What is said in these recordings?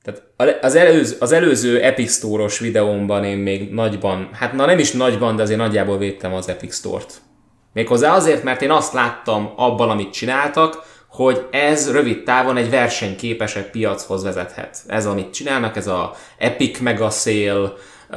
Tehát az előző Epic Store-os videómban én még nagyban, hát na nem is nagyban, de azért nagyjából védtem az Epic Store-t. Méghozzá azért, mert én azt láttam abban, amit csináltak, hogy ez rövid távon egy versenyképesebb piachoz vezethet. Ez, amit csinálnak, ez a Epic Mega Sale,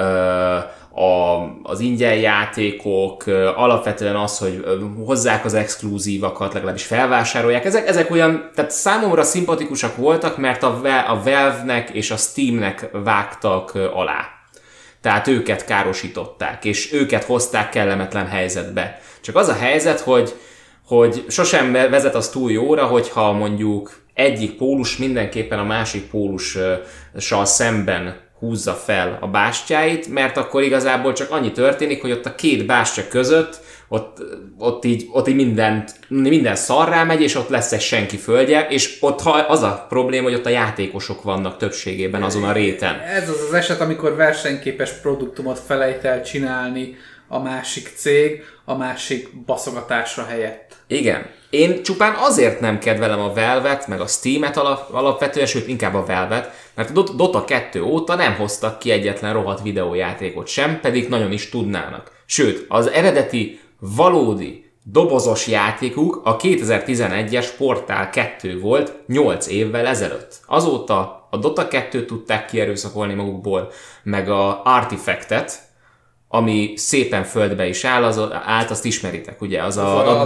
az ingyen játékok, alapvetően az, hogy hozzák az exkluzívakat, legalábbis felvásárolják. Ezek olyan, tehát számomra szimpatikusak voltak, mert a Valve-nek és a Steamnek vágtak alá. Tehát őket károsították, és őket hozták kellemetlen helyzetbe. Csak az a helyzet, hogy sosem vezet az túl jóra, hogyha mondjuk egyik pólus mindenképpen a másik pólussal szemben húzza fel a bástyáit, mert akkor igazából csak annyi történik, hogy ott a két bástya között ott így minden szarrá megy, és ott lesz egy senki földje, és ott az a probléma, hogy ott a játékosok vannak többségében azon a réten. Ez az eset, amikor versenyképes produktumot felejt el csinálni a másik cég, a másik baszogatásra helyett. Igen. Én csupán azért nem kedvelem a Valve-et, meg a Steam-et alapvetően, sőt inkább a Valve-et, mert a Dota 2 óta nem hoztak ki egyetlen rohadt videójátékot sem, pedig nagyon is tudnának. Sőt, az eredeti, valódi, dobozos játékuk a 2011-es Portál 2 volt 8 évvel ezelőtt. Azóta a Dota 2-t tudták kierőszakolni magukból, meg a Artifactet, ami szépen földbe is állt, azt ismeritek, ugye? Az a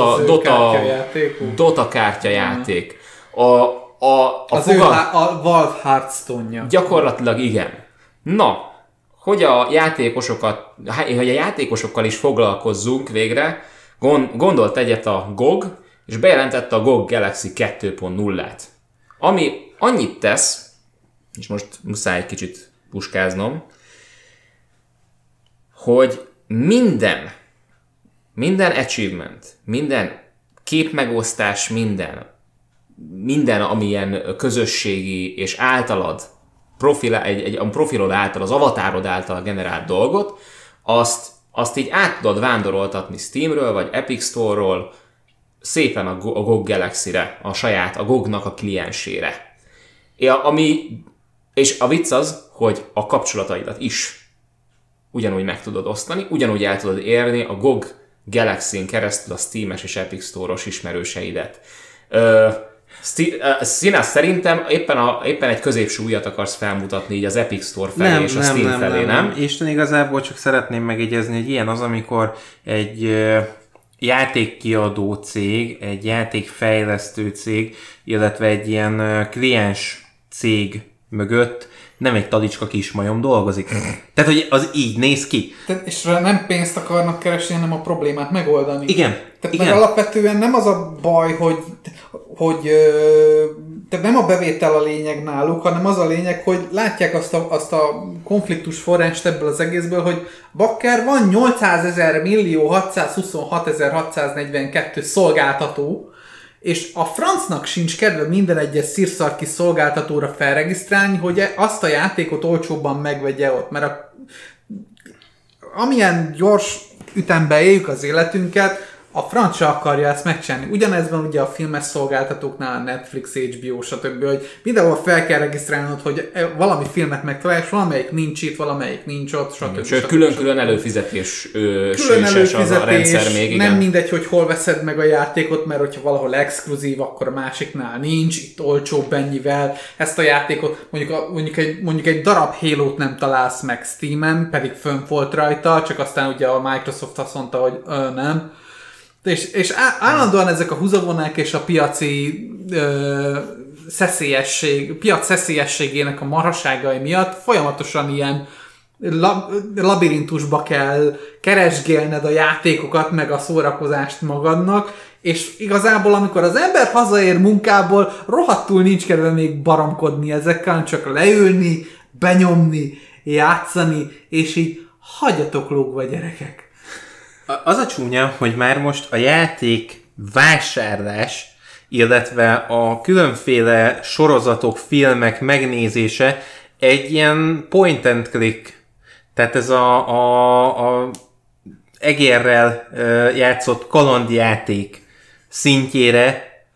Dota kártyajáték. A Valve Hearthstone-ja. Gyakorlatilag igen. Na, hogy a játékosokkal is foglalkozzunk végre, gondolt egyet a GOG, és bejelentette a GOG Galaxy 2.0-át. Ami annyit tesz, és most muszáj egy kicsit puskáznom, hogy minden achievement, minden képmegosztás, minden amilyen közösségi és általad, a profilod által, az avatárod által generált dolgot, azt így át tudod vándoroltatni Steamről, vagy Epic Store-ról szépen a GOG Galaxy-re, a GOG-nak a kliensére. És a vicc az, hogy a kapcsolataidat is ugyanúgy meg tudod osztani, ugyanúgy el tudod érni a GOG Galaxy-n keresztül a Steam-es és Epic Store-os ismerőseidet. Színász, szerintem éppen egy középső ujjat akarsz felmutatni így az Epic Store felé és a Steam felé, nem? Isten igazából csak szeretném megjegyezni, hogy ilyen az, amikor egy játékkiadó cég, egy játékfejlesztő cég, illetve egy ilyen kliens cég mögött nem egy talicska kismajom dolgozik. Tehát, hogy az így néz ki. És nem pénzt akarnak keresni, hanem a problémát megoldani. Igen. Tehát igen. Meg alapvetően nem az a baj, hogy tehát nem a bevétel a lényeg náluk, hanem az a lényeg, hogy látják azt a konfliktus forrást ebből az egészből, hogy bakker van 800.626.642 szolgáltató, és a francnak sincs kedve minden egyes szírszarki szolgáltatóra felregisztrálni, hogy azt a játékot olcsóbban megvegye ott. Mert amilyen gyors ütemben éljük az életünket, a francia akarja ezt megcsinálni. Ugyanez van ugye a filmes szolgáltatóknál, a Netflix, HBO, stb., hogy mindenhol fel kell regisztrálnod, hogy valami filmet megtalálj, és valamelyik nincs itt, valamelyik nincs ott, stb. Sőt, külön előfizetés az a rendszer még. Nem mindegy, hogy hol veszed meg a játékot, mert hogyha valahol exkluzív, akkor a másiknál nincs, itt olcsóbb ennyivel. Ezt a játékot, mondjuk egy darab Halo-t nem találsz meg Steamen, pedig fönn volt rajta, csak aztán ugye a Microsoft azt mondta, hogy nem. És állandóan ezek a húzavonák és a piaci piac szeszélyességének a marhaságai miatt folyamatosan ilyen labirintusba kell keresgélned a játékokat, meg a szórakozást magadnak, és igazából amikor az ember hazaér munkából, rohadtul nincs kedve még baromkodni ezekkel, csak leülni, benyomni, játszani, és így hagyjatok lógva, gyerekek. Az a csúnya, hogy már most a játék vásárlás, illetve a különféle sorozatok, filmek megnézése egy ilyen point and click, tehát ez a egérrel játszott kalandjáték szintjére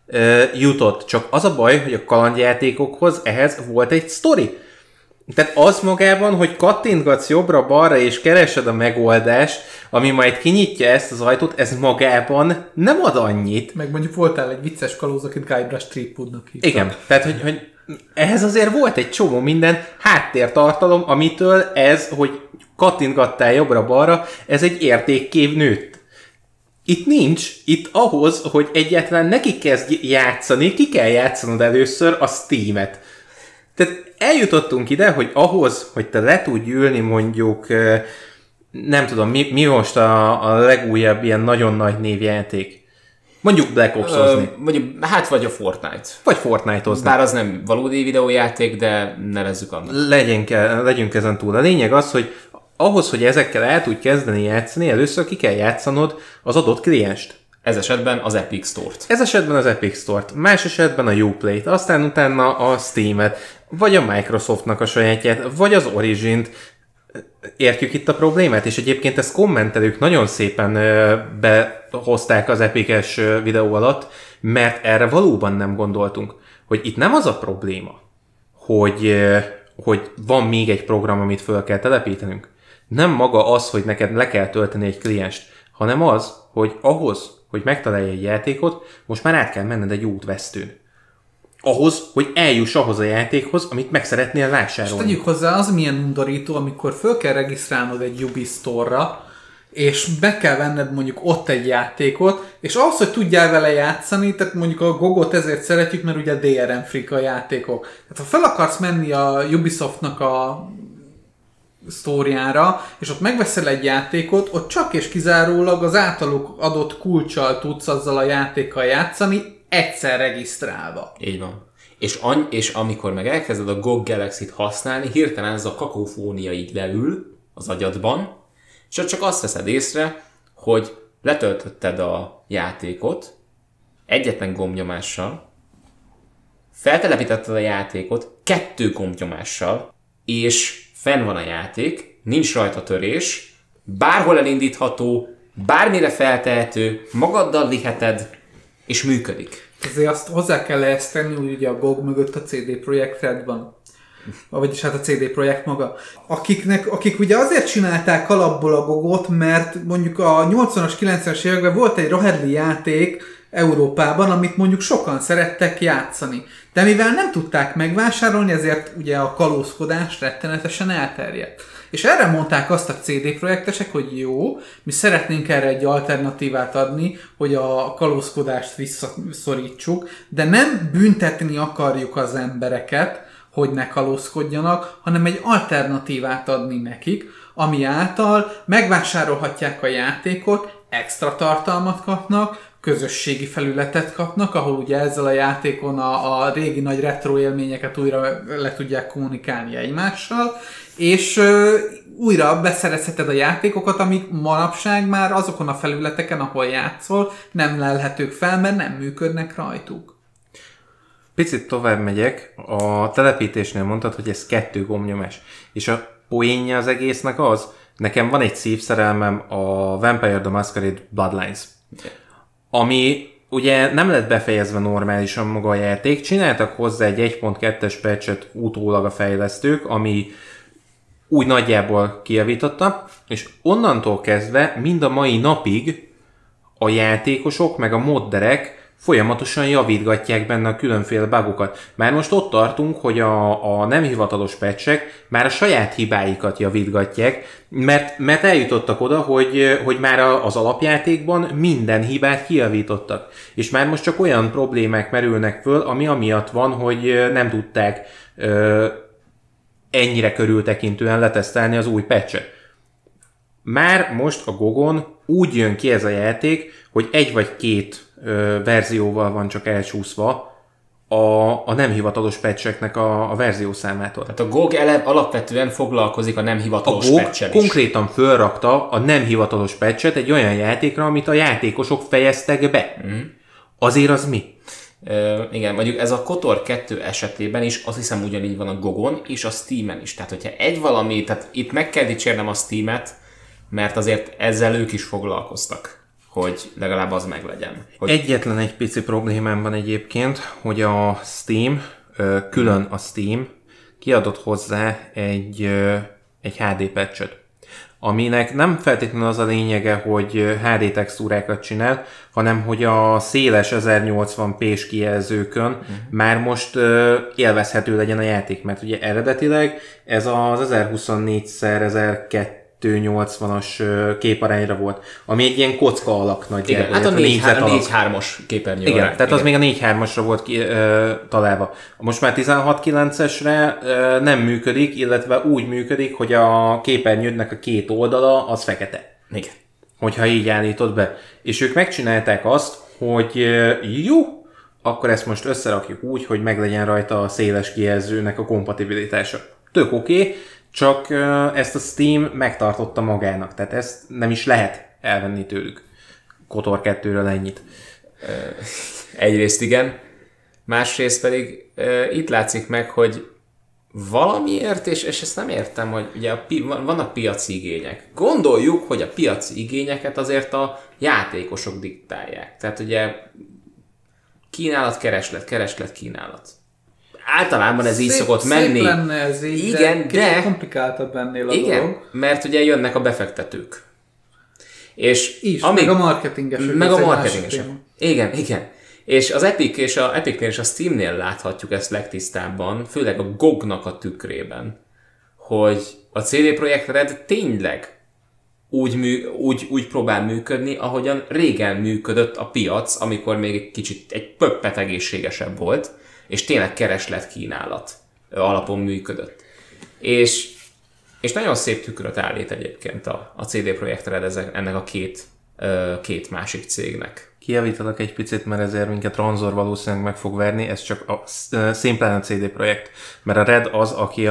jutott. Csak az a baj, hogy a kalandjátékokhoz ehhez volt egy sztori. Tehát az magában, hogy kattintgatsz jobbra-balra és keresed a megoldást, ami majd kinyitja ezt az ajtót, ez magában nem ad annyit. Meg mondjuk voltál egy vicces kalóz, akit Guybrush Threepwoodnak hívtak. Igen, tehát hogy ehhez azért volt egy csomó minden háttértartalom, amitől ez, hogy kattintgattál jobbra-balra, ez egy értékkév nőtt. Itt nincs, itt ahhoz, hogy egyáltalán neki kezdj játszani, ki kell játszanod először a Steam-et. Tehát eljutottunk ide, hogy ahhoz, hogy te le tudj ülni mondjuk, nem tudom, mi most a legújabb ilyen nagyon nagy névjáték. Mondjuk Black Ops-ozni. Mondjuk, hát vagy a Fortnite. Vagy Fortnite-ozni. Bár az nem valódi videójáték, de nevezzük annak. Legyünk ezen túl. A lényeg az, hogy ahhoz, hogy ezekkel el tudj kezdeni játszani, először ki kell játszanod az adott klienst. Ez esetben az Epic Store-t. Ez esetben az Epic Store-t, más esetben a Uplay-t, aztán utána a Steam-et, vagy a Microsoftnak a sajátját, vagy az Origin-t. Értjük itt a problémát, és egyébként ezt kommentelők nagyon szépen behozták az Epic-es videó alatt, mert erre valóban nem gondoltunk, hogy itt nem az a probléma, hogy van még egy program, amit föl kell telepítenünk. Nem maga az, hogy neked le kell tölteni egy klienst, hanem az, hogy ahhoz, hogy megtalálj egy játékot, most már át kell menned egy útvesztőn. Ahhoz, hogy eljuss ahhoz a játékhoz, amit meg szeretnél vásárolni. És tegyük hozzá, az milyen undorító, amikor föl kell regisztrálnod egy Ubi Store-ra, és be kell venned mondjuk ott egy játékot, és ahhoz, hogy tudjál vele játszani, tehát mondjuk a GOG-ot ezért szeretjük, mert ugye DRM freak a játékok. Tehát ha fel akarsz menni a Ubisoftnak a sztóriára, és ott megveszel egy játékot, ott csak és kizárólag az általuk adott kulccsal tudsz azzal a játékkal játszani, egyszer regisztrálva. Így van. És amikor meg elkezded a GOG Galaxy-t használni, hirtelen ez a kakofónia így leül az agyadban, és ott csak azt veszed észre, hogy letöltötted a játékot egyetlen gombnyomással, feltelepítetted a játékot 2 gombnyomással, és fenn van a játék, nincs rajta törés, bárhol elindítható, bármire feltehető, magaddal viheted, és működik. Azért azt hozzá kell ezt tenni, hogy ugye a GOG mögött a CD Projekt Red van. Vagyis hát a CD Projekt maga. Akik ugye azért csinálták alapból a GOG-ot, mert mondjuk a 80-as, 90-es években volt egy rohadli játék Európában, amit mondjuk sokan szerettek játszani. De mivel nem tudták megvásárolni, ezért ugye a kalózkodás rettenetesen elterjedt. És erre mondták azt a CD Projektesek, hogy jó, mi szeretnénk erre egy alternatívát adni, hogy a kalózkodást visszaszorítsuk, de nem büntetni akarjuk az embereket, hogy ne kalózkodjanak, hanem egy alternatívát adni nekik, ami által megvásárolhatják a játékot, extra tartalmat kapnak, közösségi felületet kapnak, ahol ugye ezzel a játékon a régi nagy retro élményeket újra le tudják kommunikálni egymással, és újra beszerezheted a játékokat, amik manapság már azokon a felületeken, ahol játszol, nem lelhetők fel, mert nem működnek rajtuk. Picit tovább megyek, a telepítésnél mondtad, hogy ez 2 gombnyomás. És a poénja az egésznek az, nekem van egy szívszerelmem a Vampire the Masquerade Bloodlines, ami ugye nem lett befejezve normálisan maga a játék, csináltak hozzá egy 1.2-es patchet utólag a fejlesztők, ami úgy nagyjából kijavította, és onnantól kezdve mind a mai napig a játékosok meg a modderek folyamatosan javítgatják benne a különféle bugokat. Már most ott tartunk, hogy a nem hivatalos patchek már a saját hibáikat javítgatják, mert eljutottak oda, hogy már az alapjátékban minden hibát kijavítottak. És már most csak olyan problémák merülnek föl, ami amiatt van, hogy nem tudták ennyire körültekintően letesztelni az új patchet. Már most a GOG-on úgy jön ki ez a játék, hogy 1 vagy 2 verzióval van csak elcsúszva a nem hivatalos patcheknek a verziószámától. Tehát a GOG alapvetően foglalkozik a nem hivatalos patch-el is. Konkrétan fölrakta a nem hivatalos patchet egy olyan játékra, amit a játékosok fejeztek be. Azért az mi? Igen, mondjuk ez a KOTOR 2 esetében is azt hiszem ugyanígy van a GOG-on és a Steam-en is. Tehát hogyha tehát itt meg kell dicsérnem a Steam-et, mert azért ezzel ők is foglalkoztak. hogy legalább az meglegyen. Hogy... Egyetlen egy pici problémám van egyébként, hogy a Steam, külön a Steam kiadott hozzá egy HD patchet, aminek nem feltétlenül az a lényege, hogy HD textúrákat csinál, hanem hogy a széles 1080p-s kijelzőkön már most élvezhető legyen a játék, mert ugye eredetileg ez az 1024x1280-as képarányra volt, ami egy ilyen kocka alak nagyjából. Igen, hát a 4.3-as képernyő. Igen, tehát az még a 4.3-asra volt találva. Most már 16.9-esre nem működik, illetve úgy működik, hogy a képernyődnek a két oldala az fekete. Igen. Hogyha így állítod be. És ők megcsinálták azt, hogy jó, akkor ezt most összerakjuk úgy, hogy meglegyen rajta a széles kijelzőnek a kompatibilitása. Tök oké, csak ezt a Steam megtartotta magának, tehát ezt nem is lehet elvenni tőlük. KOTOR 2-ről ennyit. Egyrészt igen, másrészt pedig itt látszik meg, hogy valamiért, és ezt nem értem, hogy ugye vannak piaci igények. Gondoljuk, hogy a piaci igényeket azért a játékosok diktálják. Tehát ugye kínálat, kereslet, kínálat. Általában ez így szokott menni. Szép lenne ez így, igen, de komplikáltabb ennél a igen, dolog. mert ugye jönnek a befektetők. És meg a marketingesek. Meg a marketingesek. Igen. És az Epicnél és a Steamnél láthatjuk ezt legtisztábban, főleg a GOG-nak a tükrében, hogy a CD Projekt Red tényleg úgy próbál működni, ahogyan régen működött a piac, amikor még egy pöppet egészségesebb volt, és tényleg kereslet-kínálat alapon működött. És nagyon szép tükröt állít egyébként a CD Projekt Red ennek a két másik cégnek. Kijavítalak egy picit, mert ezért minket Ranzor valószínűleg meg fog verni, ez csak szimplán a CD Projekt. Mert a Red az, aki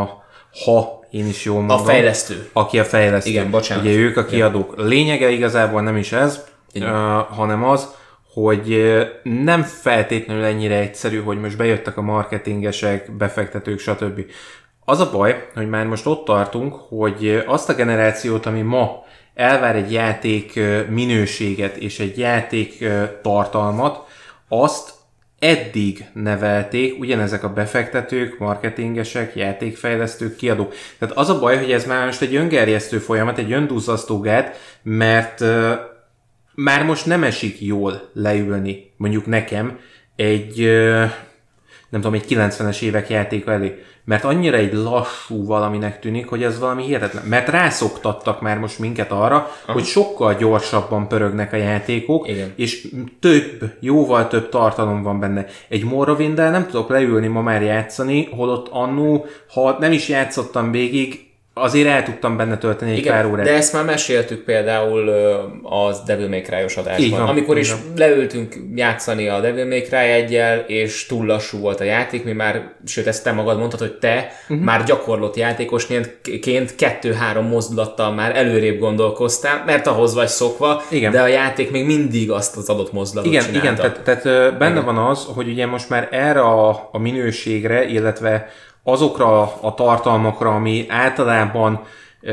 ha én is jól mondom. A fejlesztő. Aki a fejlesztő. Igen, bocsánat. Ugye ők a kiadók. A lényege igazából nem is ez, hanem az, hogy nem feltétlenül ennyire egyszerű, hogy most bejöttek a marketingesek, befektetők, stb. Az a baj, hogy már most ott tartunk, hogy azt a generációt, ami ma elvár egy játék minőséget és egy játék tartalmat, azt eddig nevelték ugyanezek a befektetők, marketingesek, játékfejlesztők, kiadók. Tehát az a baj, hogy ez már most egy öngerjesztő folyamat, egy önduzzasztó gát, mert már most nem esik jól leülni, mondjuk nekem, egy 90-es évek játéka elé. Mert annyira egy lassú valaminek tűnik, hogy ez valami hihetetlen. Mert rászoktattak már most minket arra, hogy sokkal gyorsabban pörögnek a játékok, igen. És jóval több tartalom van benne. Egy Morrowind-del nem tudok leülni ma már játszani, holott annó, ha nem is játszottam végig, azért el tudtam benne tölteni egy pár órát. De ezt már meséltük például az Devil May Cry-os adásban. Van, amikor is leültünk játszani a Devil May Cry 1-jel, és túl lassú volt a játék, mi már, sőt ezt te magad mondtad, hogy te már gyakorlott játékosként 2-3 mozdulattal már előrébb gondolkoztál, mert ahhoz vagy szokva, igen. De a játék még mindig azt az adott mozdulatot csinálta. Igen, tehát benne van az, hogy ugye most már erre a minőségre, illetve azokra a tartalmakra, ami általában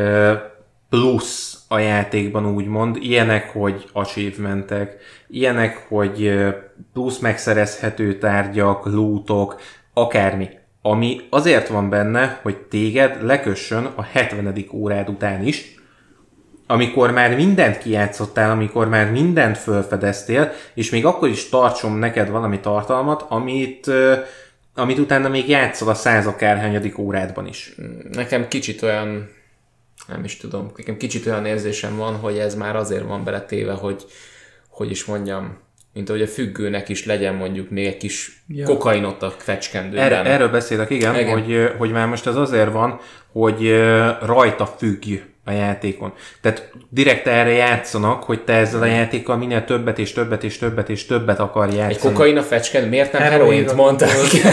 plusz a játékban úgymond, ilyenek, hogy achievementek, ilyenek, hogy plusz megszerezhető tárgyak, lootok, akármi. Ami azért van benne, hogy téged lekössön a 70. órád után is, amikor már mindent kijátszottál, amikor már mindent felfedeztél, és még akkor is tartson neked valami tartalmat, amit utána még játszol a 100 akárhányadik órádban is. Nekem kicsit olyan, nem is tudom, kicsit olyan érzésem van, hogy ez már azért van beletéve, hogy is mondjam, mint ahogy a függőnek is legyen mondjuk még egy kis kokainot a fecskendőben. Erről beszélek, igen. Hogy már most ez azért van, hogy rajta függj a játékon. Tehát direkt erre játszanak, hogy te ezzel a játékkal minél többet és többet és többet és többet akar játszani. Egy kokain a fecskendő? Miért nem heroint mondták?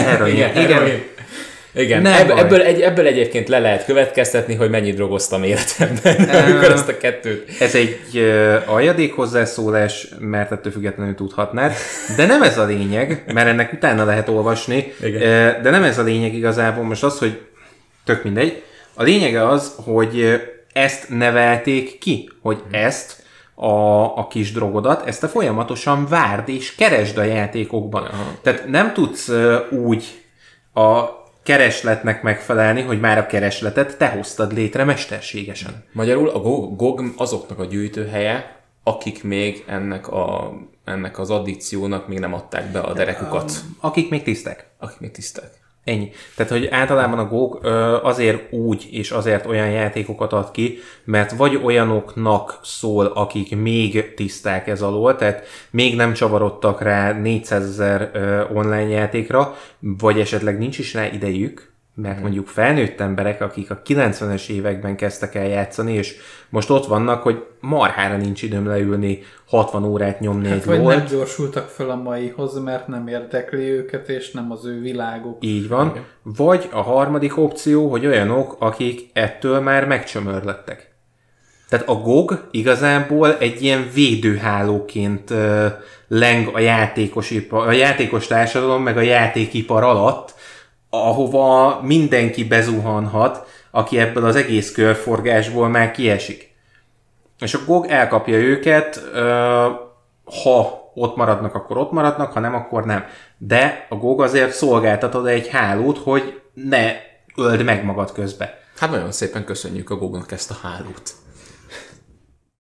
Igen. Ebből egyébként le lehet következtetni, hogy mennyit drogoztam életemben, amikor ezt a kettőt. Ez egy aljadék hozzászólás, mert ettől függetlenül tudhatnád, de nem ez a lényeg, mert ennek utána lehet olvasni, de nem ez a lényeg igazából most az, hogy tök mindegy. A lényege az, hogy ezt nevelték ki, hogy ezt a kis drogodat, ezt te folyamatosan várd és keresd a játékokban. Tehát nem tudsz úgy a keresletnek megfelelni, hogy már a keresletet te hoztad létre mesterségesen. Magyarul a GOG azoknak a gyűjtőhelye, akik még ennek az addikciónak még nem adták be a derekukat. Akik még tisztek. Akik még tisztek. Ennyi. Tehát, hogy általában a GOG azért úgy és azért olyan játékokat ad ki, mert vagy olyanoknak szól, akik még tiszták ez alól, tehát még nem csavarodtak rá 400 000 online játékra, vagy esetleg nincs is rá idejük, mert mondjuk felnőtt emberek, akik a 90-es években kezdtek el játszani, és most ott vannak, hogy marhára nincs időm leülni, 60 órát nyomni egy vagy LOL-t. nem gyorsultak föl a maihoz, mert nem érdekli őket, és nem az ő világuk. Így van. Okay. Vagy a harmadik opció, hogy olyanok, akik ettől már megcsömörlettek. Tehát a GOG igazából egy ilyen védőhálóként leng a játékos társadalom, meg a játékipar alatt, ahova mindenki bezuhanhat, aki ebből az egész körforgásból már kiesik. És a GOG elkapja őket, ha ott maradnak, akkor ott maradnak, ha nem, akkor nem. De a GOG azért szolgáltatod egy hálót, hogy ne öld meg magad közbe. Hát nagyon szépen köszönjük a GOG-nak ezt a hálót.